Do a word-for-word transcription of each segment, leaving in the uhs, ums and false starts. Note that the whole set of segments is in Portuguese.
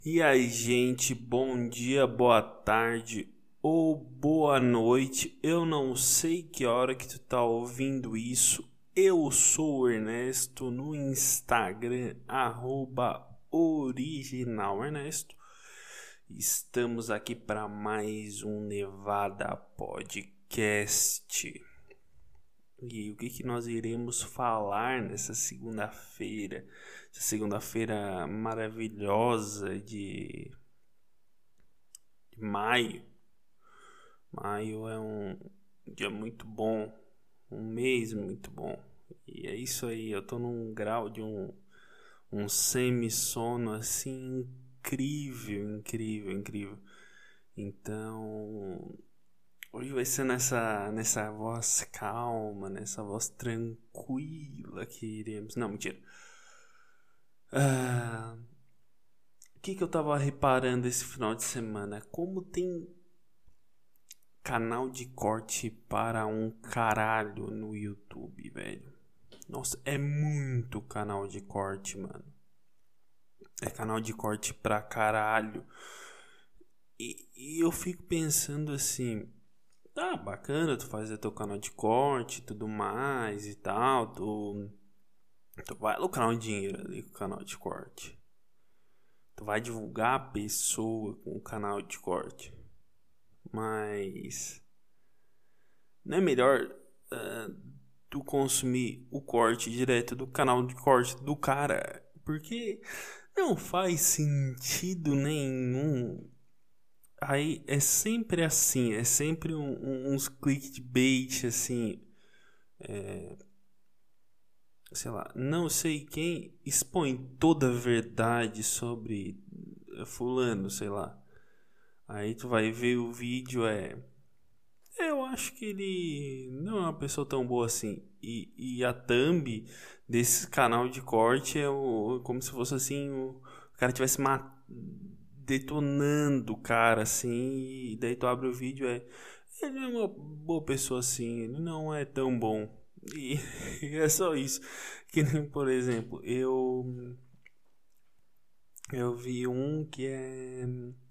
E aí, gente, bom dia, boa tarde ou boa noite. Eu não sei que hora que tu tá ouvindo isso. Eu sou o Ernesto no Instagram, arroba original Ernesto. Estamos aqui para mais um Nevada Podcast. E o que, que nós iremos falar nessa segunda-feira? Essa segunda-feira maravilhosa de, de maio. Maio é um dia muito bom, um mês muito bom. E é isso aí, eu tô num grau de um, um semi-sono assim incrível, incrível, incrível. Então, hoje vai ser nessa, nessa voz calma, nessa voz tranquila que iremos. Não, mentira. Ah, o que, que eu tava reparando esse final de semana? Como tem canal de corte para um caralho no YouTube, velho. Nossa, é muito canal de corte, mano. É canal de corte pra caralho. E, e eu fico pensando assim. Tá bacana tu fazer teu canal de corte e tudo mais e tal. Tu, tu vai lucrar um dinheiro ali com o canal de corte. Tu vai divulgar a pessoa com o canal de corte. Mas não é melhor uh, tu consumir o corte direto do canal de corte do cara? Porque não faz sentido nenhum. Aí é sempre assim, é sempre um, um, uns clickbait assim. É, sei lá, não sei quem expõe toda a verdade sobre fulano, sei lá. Aí tu vai ver o vídeo, é. Eu acho que ele não é uma pessoa tão boa assim. E, e a thumb desse canal de corte é o, como se fosse assim, o, o cara tivesse ma- detonando o cara assim. E daí tu abre o vídeo, é. Ele é uma boa pessoa assim, ele não é tão bom. E, e é só isso. Que nem, por exemplo, eu. Eu vi um que é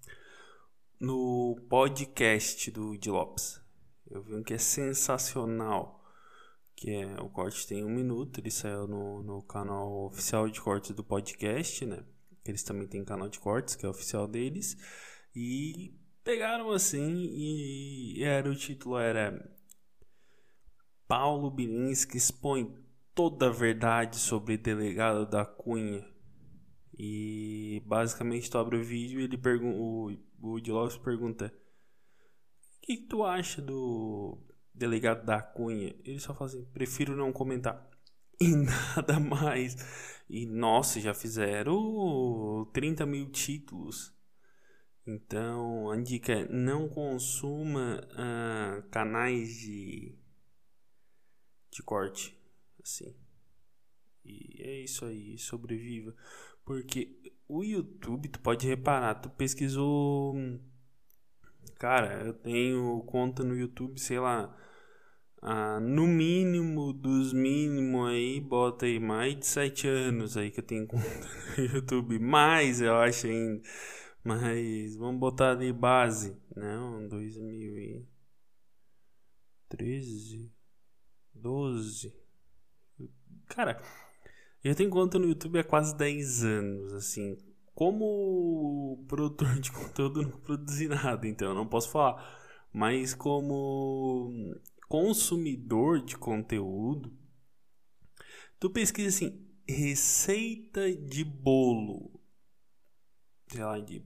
no podcast do Di Lopes. Eu vi um que é sensacional. Que é o corte tem um minuto. Ele saiu no, no canal oficial de cortes do podcast, né? Eles também têm canal de cortes, que é oficial deles. E pegaram assim e era o título era Paulo Bilinski expõe toda a verdade sobre delegado da Cunha. E basicamente tu abre o vídeo e ele pergunta, o, o Di Lopes pergunta: o que, que tu acha do delegado da Cunha? Ele só fala assim: prefiro não comentar. E nada mais. E nossa, já fizeram trinta mil títulos. Então a dica é: não consuma ah, canais de, de corte. Assim. E é isso aí, sobreviva. Porque o YouTube, tu pode reparar, tu pesquisou. Cara, eu tenho conta no YouTube, sei lá. Ah, no mínimo dos mínimos aí, bota aí mais de sete anos aí que eu tenho conta no YouTube. Mais, eu acho ainda. Mas vamos botar de base. Não, dois mil e treze, doze. Cara, eu tenho conta no YouTube há quase dez anos, assim. Como produtor de conteúdo, eu não produzi nada, então eu não posso falar. Mas como consumidor de conteúdo, tu pesquisa assim, receita de bolo, sei lá, de,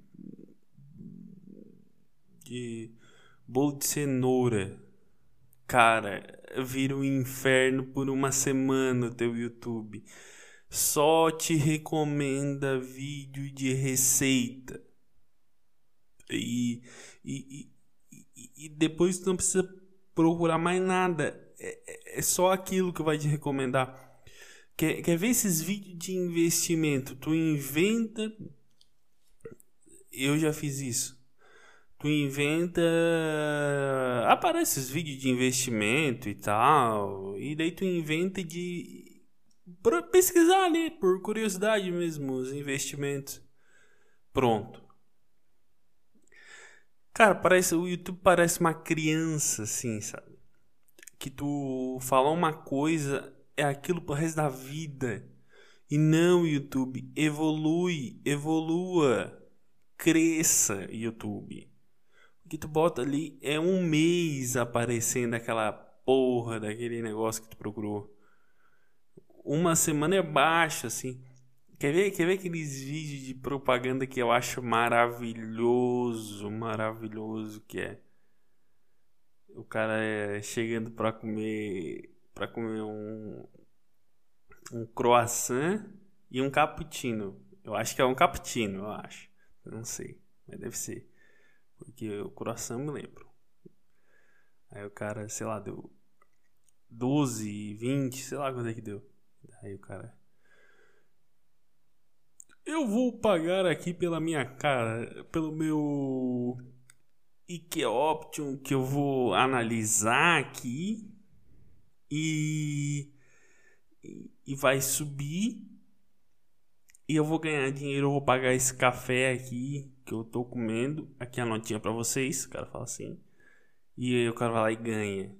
de bolo de cenoura. Cara, vira um inferno por uma semana o teu YouTube. Só te recomenda vídeo de receita. E, e, e, e depois tu não precisa procurar mais nada. É, é só aquilo que vai te recomendar. Quer, quer ver esses vídeos de investimento? Tu inventa. Eu já fiz isso. Tu inventa. Aparece esses vídeos de investimento e tal. E daí tu inventa de. Pra pesquisar ali, por curiosidade mesmo, os investimentos. Pronto. Cara, parece, o YouTube parece uma criança, assim, sabe? Que tu fala uma coisa, é aquilo pro resto da vida. E não, YouTube, evolui, evolua, cresça, YouTube. O que tu bota ali é um mês aparecendo aquela porra daquele negócio que tu procurou. Uma semana é baixo, assim. Quer ver, quer ver aqueles vídeos de propaganda que eu acho maravilhoso, maravilhoso que é o cara é chegando pra comer para comer um um croissant e um cappuccino. Eu acho que é um cappuccino, eu acho. Não sei, mas deve ser, porque o croissant eu me lembro. Aí o cara, sei lá, deu doze, vinte, sei lá quanto é que deu. Aí o cara, eu vou pagar aqui pela minha cara, pelo meu IKEA Option que eu vou analisar aqui e, e, e vai subir e eu vou ganhar dinheiro, eu vou pagar esse café aqui que eu tô comendo, aqui a notinha pra vocês, o cara fala assim, e aí o cara vai lá e ganha.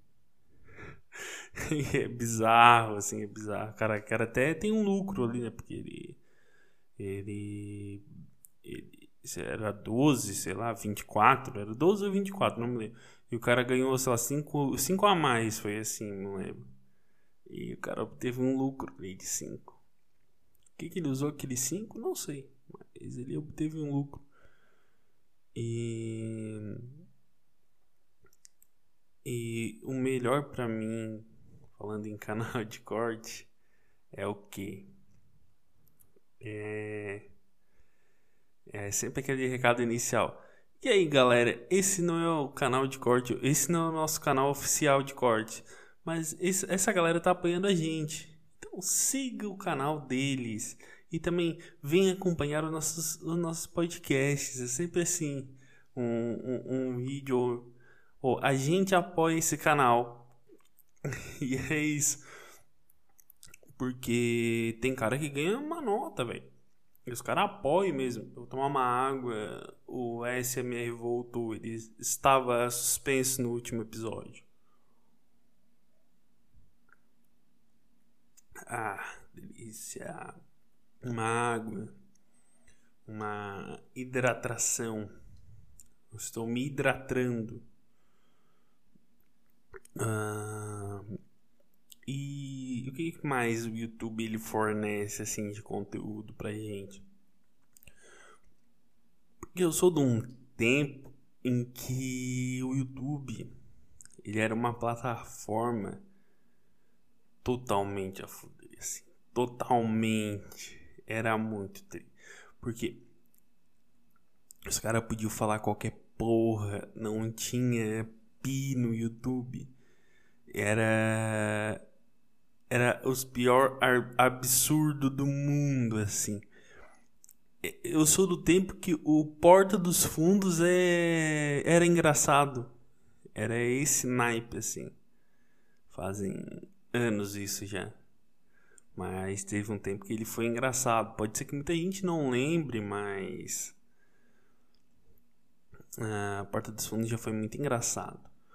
E é bizarro, assim, é bizarro. O cara, o cara até tem um lucro ali, né, porque ele, ele, ele era doze, sei lá, vinte e quatro, era doze ou vinte e quatro, não me lembro. E o cara ganhou, sei lá, cinco, cinco a mais, foi assim, não lembro. E o cara teve um lucro ali de cinco. O que, que ele usou aquele cinco? Não sei. Mas ele obteve um lucro. E, e o melhor pra mim, falando em canal de corte, é o que? É, é sempre aquele recado inicial. E aí, galera, esse não é o canal de corte, esse não é o nosso canal oficial de corte, mas esse, essa galera tá apoiando a gente. Então siga o canal deles e também venha acompanhar os nossos, os nossos podcasts. É sempre assim, um, um, um vídeo. Oh, a gente apoia esse canal. E é isso. Porque tem cara que ganha uma nota, velho. E os caras apoiam mesmo. Eu vou tomar uma água. O A S M R voltou. Ele estava suspenso no último episódio. Ah, delícia. Uma água. Uma hidratação. Eu estou me hidratando. Ah, e o que mais o YouTube ele fornece assim de conteúdo pra gente? Porque eu sou de um tempo em que o YouTube ele era uma plataforma totalmente a fuder, assim, totalmente, era muito tri. Porque os caras podiam falar qualquer porra, não tinha pi no YouTube. Era era os pior absurdo do mundo, assim. Eu sou do tempo que o Porta dos Fundos é... era engraçado. Era esse naipe, assim. Fazem anos isso já. Mas teve um tempo que ele foi engraçado. Pode ser que muita gente não lembre, mas... a Porta dos Fundos já foi muito engraçado.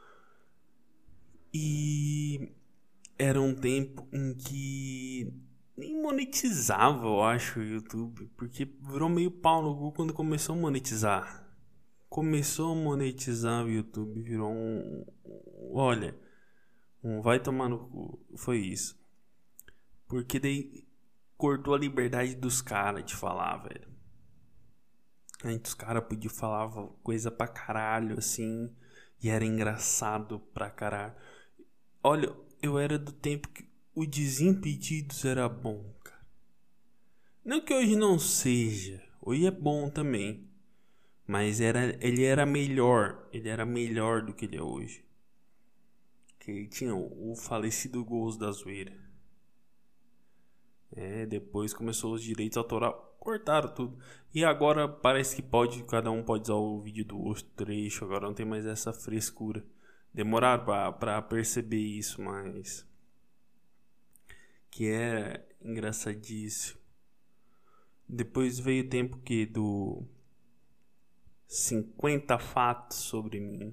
E... era um tempo em que... nem monetizava, eu acho, o YouTube. Porque virou meio pau no cu quando começou a monetizar. Começou a monetizar o YouTube, virou um... olha, um vai tomar no cu. Foi isso. Porque daí cortou a liberdade dos caras de falar, velho. Antes os caras podiam falar coisa pra caralho, assim. E era engraçado pra caralho. Olha, eu era do tempo que o Desimpedidos era bom, cara. Não que hoje não seja. Hoje é bom também. Mas era, ele era melhor. Ele era melhor do que ele é hoje. Que tinha o, o falecido Gols da Zoeira. É, depois começou os direitos autorais, cortaram tudo. E agora parece que pode, cada um pode usar o vídeo do outro trecho. Agora não tem mais essa frescura. Demoraram pra, pra perceber isso, mas... que é engraçadíssimo. Depois veio o tempo que do cinquenta fatos sobre mim.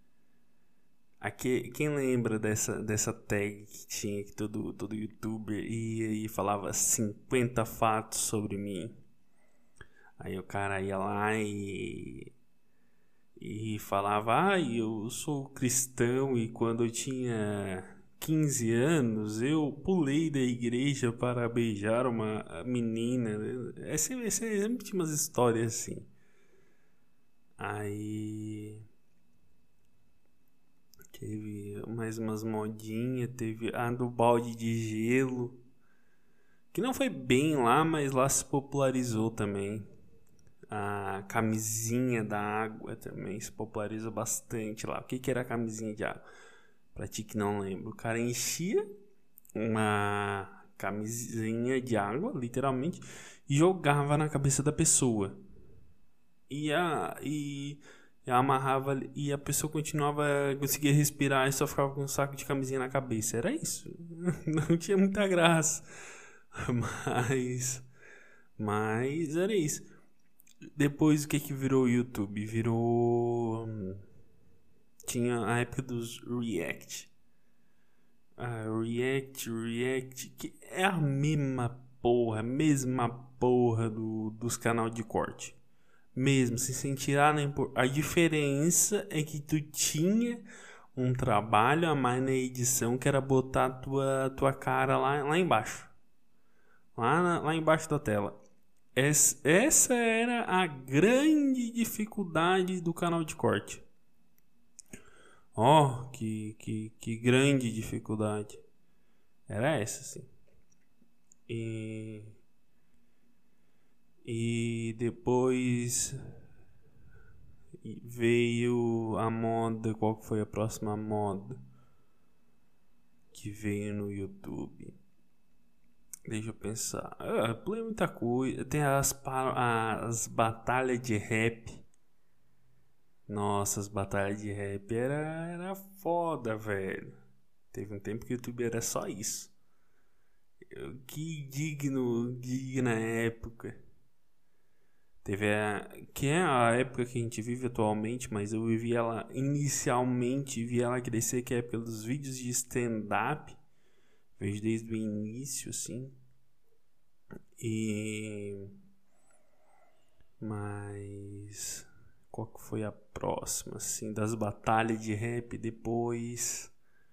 Aqui, quem lembra dessa, dessa tag que tinha que todo, todo youtuber ia e falava cinquenta fatos sobre mim? Aí o cara ia lá e, e falava, ah, eu sou cristão e quando eu tinha quinze anos eu pulei da igreja para beijar uma menina. É sempre, é sempre tinha umas histórias assim. Aí teve mais umas modinhas, teve a do balde de gelo, que não foi bem lá, mas lá se popularizou também. A camisinha da água também se popularizou bastante lá. O que, que era a camisinha de água? Pra ti que não lembra, o cara enchia uma camisinha de água, literalmente, e jogava na cabeça da pessoa. E, a, e, e amarrava e a pessoa continuava a conseguir respirar e só ficava com um saco de camisinha na cabeça. Era isso. Não tinha muita graça. Mas. Mas era isso. Depois o que que virou o YouTube? Virou. Tinha a época dos React. Ah, React, React, que é a mesma porra, mesma porra do, dos canal de corte. Mesmo, sem tirar nem por. A diferença é que tu tinha um trabalho a mais na edição que era botar a tua, tua cara lá, lá embaixo. Lá, na, lá embaixo da tela. Essa, essa era a grande dificuldade do canal de corte. Ó, oh, que, que, que grande dificuldade. Era essa, sim. E. E depois veio a moda. Qual foi a próxima moda que veio no YouTube? Deixa eu pensar. Ah, pulei muita coisa. Tem as, as batalhas de rap. Nossa, as batalhas de rap era, era foda, velho. Teve um tempo que o YouTube era só isso. Que digno, digna época. Teve a, que é a época que a gente vive atualmente, mas eu vivi ela inicialmente, vi ela crescer, que é a época dos vídeos de stand-up. Vejo desde o início, assim. E... Mas... Qual que foi a próxima, assim? Das batalhas de rap, depois...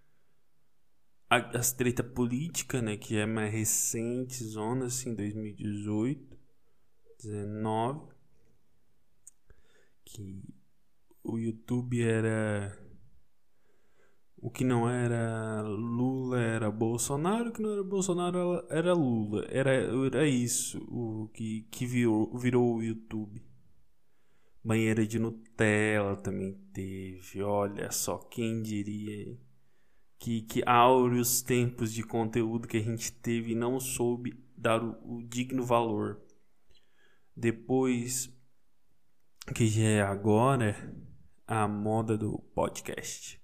As treta política, né? Que é mais recente, zona, assim, dois mil e dezoito, dezenove. Que o YouTube era... O que não era Lula era Bolsonaro, o que não era Bolsonaro era Lula. Era, era isso o que, que virou, virou o YouTube. Banheira de Nutella também teve. Olha só, quem diria que, que áureos tempos de conteúdo que a gente teve e não soube dar o, o digno valor. Depois, que já é agora, a moda do podcast.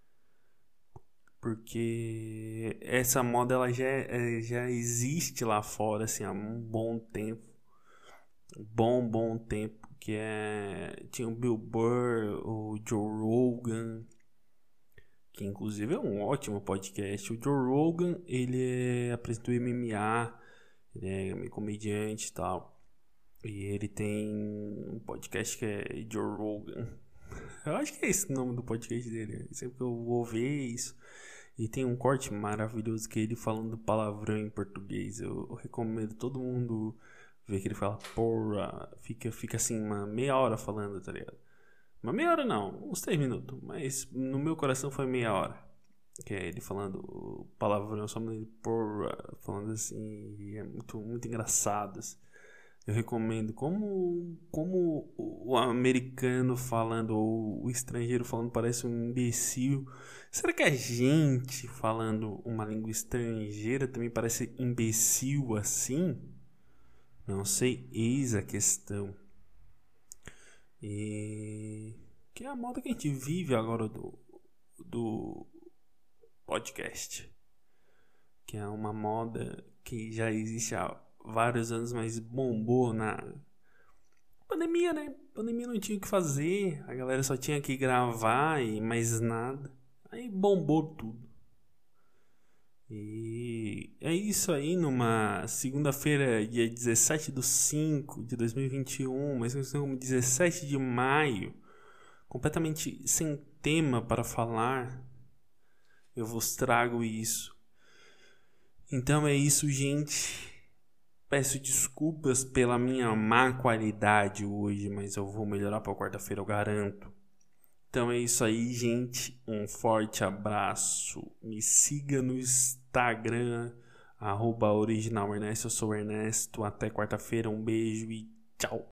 Porque essa moda ela já, já existe lá fora assim, há um bom tempo. Bom, bom tempo. Que é. Tinha o Bill Burr, o Joe Rogan. Que inclusive é um ótimo podcast. O Joe Rogan, ele é, apresentou M M A. Ele é meio comediante e tal. E ele tem um podcast que é Joe Rogan. Eu acho que é esse o nome do podcast dele. Sempre que eu vou ver isso. E tem um corte maravilhoso que é ele falando palavrão em português. Eu, eu recomendo todo mundo ver que ele fala porra. Fica, fica assim uma meia hora falando, tá ligado? Uma meia hora não, uns três minutos. Mas no meu coração foi meia hora. Que é ele falando palavrão, só ele porra. Falando assim. E é muito, muito engraçado. Assim. Eu recomendo como, como o americano falando ou o estrangeiro falando parece um imbecil. Será que a gente falando uma língua estrangeira também parece imbecil assim? Não sei, eis a questão. E que é a moda que a gente vive agora do, do podcast. Que é uma moda que já existe há vários anos, mas bombou na pandemia, né? Pandemia não tinha o que fazer, a galera só tinha que gravar e mais nada. Aí bombou tudo. E é isso aí, numa segunda-feira, dia dezessete de cinco de dois mil e vinte e um, mas como dezessete de maio, completamente sem tema para falar, eu vos trago isso. Então é isso, gente. Peço desculpas pela minha má qualidade hoje, mas eu vou melhorar para quarta-feira, eu garanto. Então é isso aí, gente. Um forte abraço. Me siga no Instagram, arroba original Ernesto. Eu sou o Ernesto. Até quarta-feira. Um beijo e tchau.